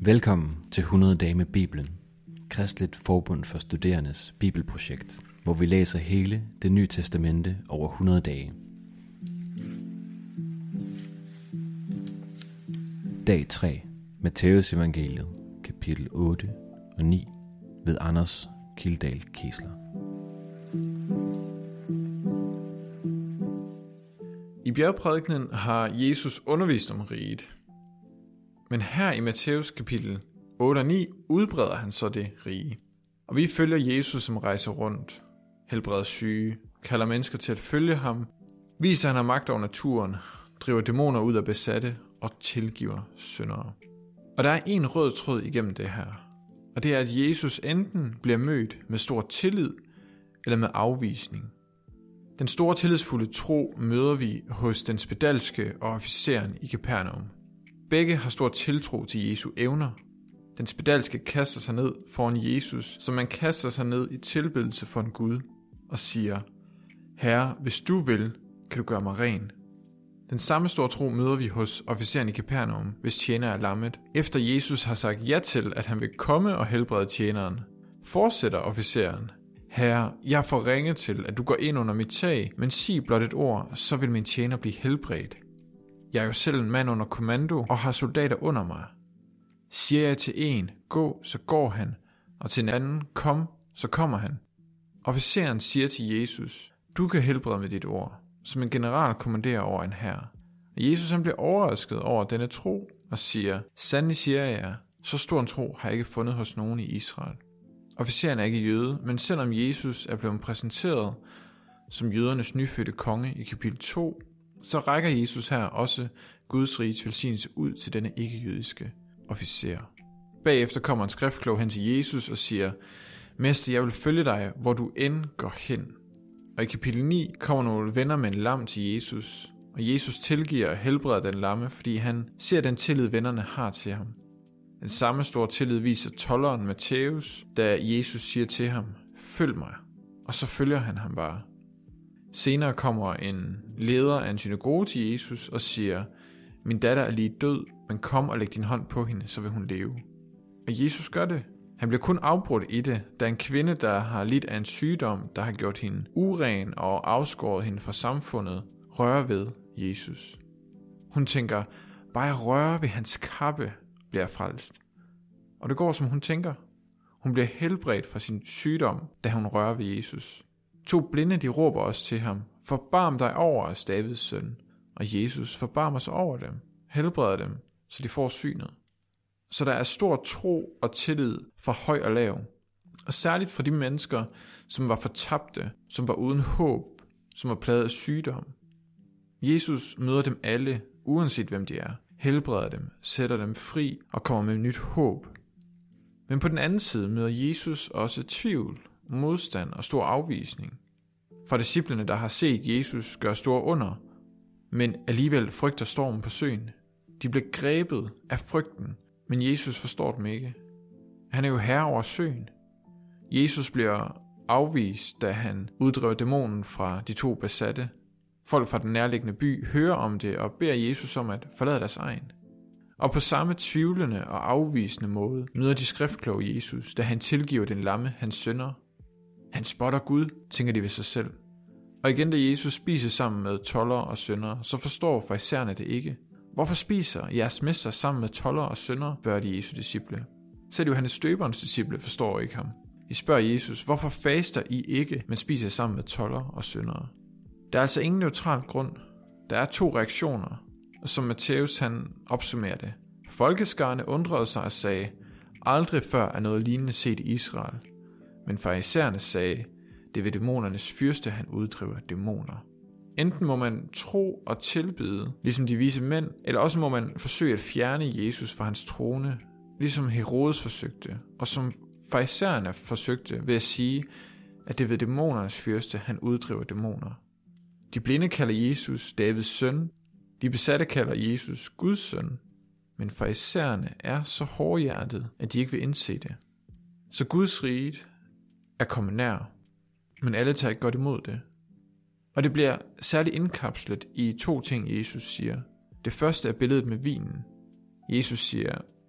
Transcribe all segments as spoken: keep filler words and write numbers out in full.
Velkommen til hundrede dage med Bibelen, Kristeligt Forbund for Studerendes Bibelprojekt, hvor vi læser hele Det Nye Testamente over hundrede dage. Dag tre, Matthæus Evangeliet, kapitel otte og ni, ved Anders Kildahl Kesler. I bjergprædikenen har Jesus undervist om riget. Men her i Matthæus kapitel otte og ni udbreder han så det rige. Og vi følger Jesus, som rejser rundt, helbreder syge, kalder mennesker til at følge ham, viser han har magt over naturen, driver dæmoner ud af besatte og tilgiver syndere. Og der er en rød tråd igennem det her, og det er, at Jesus enten bliver mødt med stor tillid eller med afvisning. Den store tillidsfulde tro møder vi hos den spedalske og officeren i Kapernaum. Begge har stor tiltro til Jesu evner. Den spedalske kaster sig ned foran Jesus, som man kaster sig ned i tilbedelse for en Gud, og siger, Herre, hvis du vil, kan du gøre mig ren. Den samme store tro møder vi hos officeren i Kapernaum, hvis tjener er lammet. Efter Jesus har sagt ja til, at han vil komme og helbrede tjeneren, fortsætter officeren, Herre, jeg får ringe til, at du går ind under mit tag, men sig blot et ord, så vil min tjener blive helbredt. Jeg er jo selv en mand under kommando og har soldater under mig. Siger jeg til en, gå, så går han, og til en anden, kom, så kommer han. Officeren siger til Jesus, du kan helbrede med dit ord, som en general kommanderer over en hær. Og Jesus han bliver overrasket over denne tro og siger, sandelig siger jeg jer, så stor en tro har jeg ikke fundet hos nogen i Israel. Officeren er ikke jøde, men selvom Jesus er blevet præsenteret som jødernes nyfødte konge i kapitel to, så rækker Jesus her også Guds riges velsignelse ud til denne ikke-jødiske officer. Bagefter kommer en skriftklog hen til Jesus og siger, Mester, jeg vil følge dig, hvor du end går hen. Og i kapitel ni kommer nogle venner med en lam til Jesus, og Jesus tilgiver og helbreder den lamme, fordi han ser den tillid, vennerne har til ham. Den samme store tillid viser tolderen Matthæus, da Jesus siger til ham, følg mig, og så følger han ham bare. Senere kommer en leder af en synagoge til Jesus og siger, min datter er lige død, men kom og læg din hånd på hende, så vil hun leve. Og Jesus gør det. Han bliver kun afbrudt i det, da en kvinde, der har lidt af en sygdom, der har gjort hende uren og afskåret hende fra samfundet, rører ved Jesus. Hun tænker, bare jeg rører ved hans kappe, bliver jeg frelst. Og det går, som hun tænker. Hun bliver helbredt fra sin sygdom, da hun rører ved Jesus. To blinde, de råber også til ham, forbarm dig over os, Davids søn. Og Jesus forbarmer sig over dem, helbreder dem, så de får synet. Så der er stor tro og tillid fra høj og lav. Og særligt for de mennesker, som var fortabte, som var uden håb, som var plaget af sygdom. Jesus møder dem alle, uanset hvem de er, helbreder dem, sætter dem fri og kommer med nyt håb. Men på den anden side møder Jesus også tvivl, modstand og stor afvisning. Fra disciplene, der har set Jesus gøre store under, men alligevel frygter stormen på søen. De bliver grebet af frygten, men Jesus forstår dem ikke. Han er jo herre over søen. Jesus bliver afvist, da han uddriver dæmonen fra de to besatte. Folk fra den nærliggende by hører om det og beder Jesus om at forlade deres egen. Og på samme tvivlende og afvisende måde møder de skriftkloge Jesus, da han tilgiver den lamme hans synder. Han spotter Gud, tænker de ved sig selv. Og igen, da Jesus spiser sammen med toldere og syndere, så forstår farisæerne det ikke. Hvorfor spiser jeres mester sammen med toldere og syndere, spørger de Jesu disciple. Selv Johannes Døberens disciple forstår ikke ham. De spørger Jesus, hvorfor faster I ikke, men spiser sammen med toldere og syndere? Der er altså ingen neutral grund. Der er to reaktioner, og som Matthæus han opsummerer det. Folkeskarne undrede sig og sagde, aldrig før er noget lignende set i Israel. Men farisæerne sagde, det er ved dæmonernes fyrste, han uddriver dæmoner. Enten må man tro og tilbede, ligesom de vise mænd, eller også må man forsøge at fjerne Jesus fra hans trone, ligesom Herodes forsøgte, og som farisæerne forsøgte ved at sige, at det er ved dæmonernes fyrste, han uddriver dæmoner. De blinde kalder Jesus Davids søn, de besatte kalder Jesus Guds søn, men farisæerne er så hårdhjertet, at de ikke vil indse det. Så Guds rige er kommet nær, men alle tager ikke godt imod det. Og det bliver særligt indkapslet i to ting, Jesus siger. Det første er billedet med vinen. Jesus siger,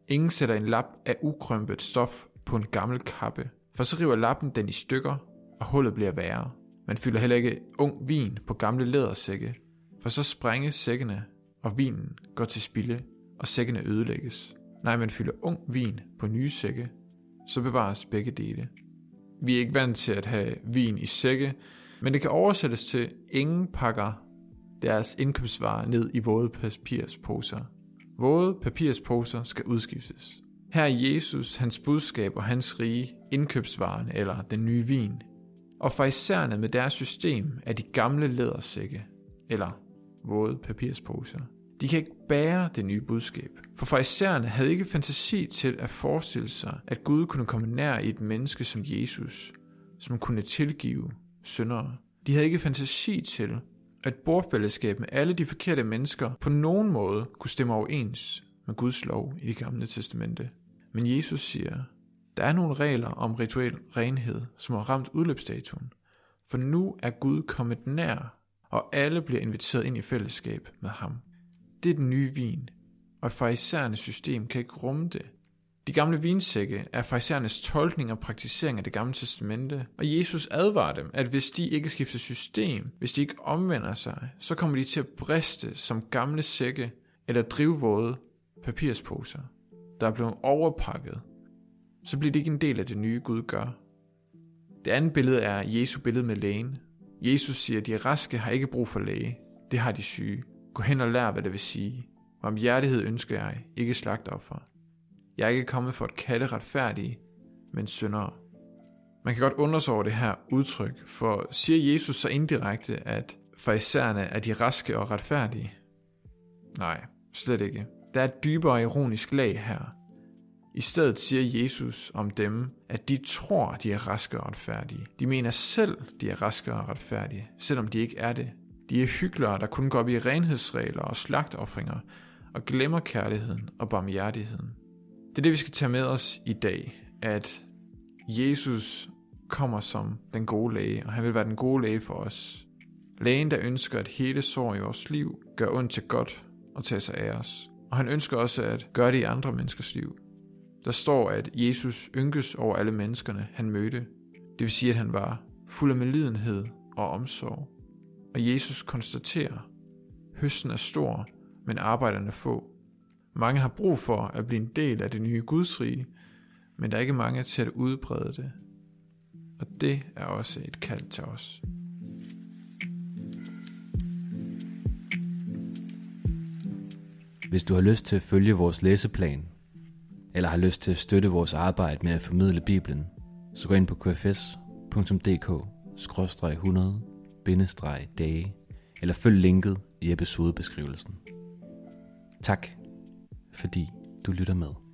Ingen sætter en lap af ukrømpet stof på en gammel kappe, for så river lappen den i stykker, og hullet bliver værre. Man fylder heller ikke ung vin på gamle lædersække, for så sprænges sækkene, og vinen går til spilde, og sækkene ødelægges. Nej, man fylder ung vin på nye sække, så bevares begge dele. Vi er ikke vant til at have vin i sække, men det kan oversættes til, ingen pakker deres indkøbsvarer ned i våde papirsposer. Våde papirsposer skal udskiftes. Her er Jesus, hans budskab og hans rige, indkøbsvaren eller den nye vin. Og farisæerne med deres system er de gamle lædersække, eller våde papirsposer. De kan ikke bære det nye budskab, for farisæerne havde ikke fantasi til at forestille sig, at Gud kunne komme nær i et menneske som Jesus, som kunne tilgive syndere. De havde ikke fantasi til, at bordfællesskab med alle de forkerte mennesker på nogen måde kunne stemme overens med Guds lov i det gamle testamente. Men Jesus siger, der er nogle regler om rituel renhed, som har ramt udløbsdatuen, for nu er Gud kommet nær, og alle bliver inviteret ind i fællesskab med ham. Det er den nye vin, og farisæernes system kan ikke rumme det. De gamle vinsække er farisæernes tolkning og praktisering af det gamle testamente, og Jesus advarer dem, at hvis de ikke skifter system, hvis de ikke omvender sig, så kommer de til at briste som gamle sække eller drivvåde papirsposer, der er blevet overpakket. Så bliver det ikke en del af det nye Gud gør. Det andet billede er Jesu billede med lægen. Jesus siger, at de raske har ikke brug for læge, det har de syge. Gå hen og lær, hvad det vil sige. Barmhjertighed ønsker jeg, ikke slagtoffer. Jeg er ikke kommet for at kalde retfærdige, men syndere. Man kan godt undre sig over det her udtryk, for siger Jesus så indirekte, at farisæerne er de raske og retfærdige? Nej, slet ikke. Der er et dybere ironisk lag her. I stedet siger Jesus om dem, at de tror, de er raske og retfærdige. De mener selv, de er raske og retfærdige, selvom de ikke er det. De er hyklere, der kun går op i renhedsregler og slagtoffringer, og glemmer kærligheden og barmhjertigheden. Det er det, vi skal tage med os i dag, at Jesus kommer som den gode læge, og han vil være den gode læge for os. Lægen, der ønsker at hele sår i vores liv, gør ondt til godt og tage sig af os. Og han ønsker også at gøre det i andre menneskers liv. Der står, at Jesus ynkes over alle menneskerne, han mødte. Det vil sige, at han var fuld af medlidenhed og omsorg. Og Jesus konstaterer, høsten er stor, men arbejderne få. Mange har brug for at blive en del af det nye Gudsrige, men der er ikke mange til at udbrede det. Og det er også et kald til os. Hvis du har lyst til at følge vores læseplan, eller har lyst til at støtte vores arbejde med at formidle Bibelen, så gå ind på k f s punktum d k skråstreg hundrede bindestreg dage, eller følg linket i episodebeskrivelsen. Tak, fordi du lytter med.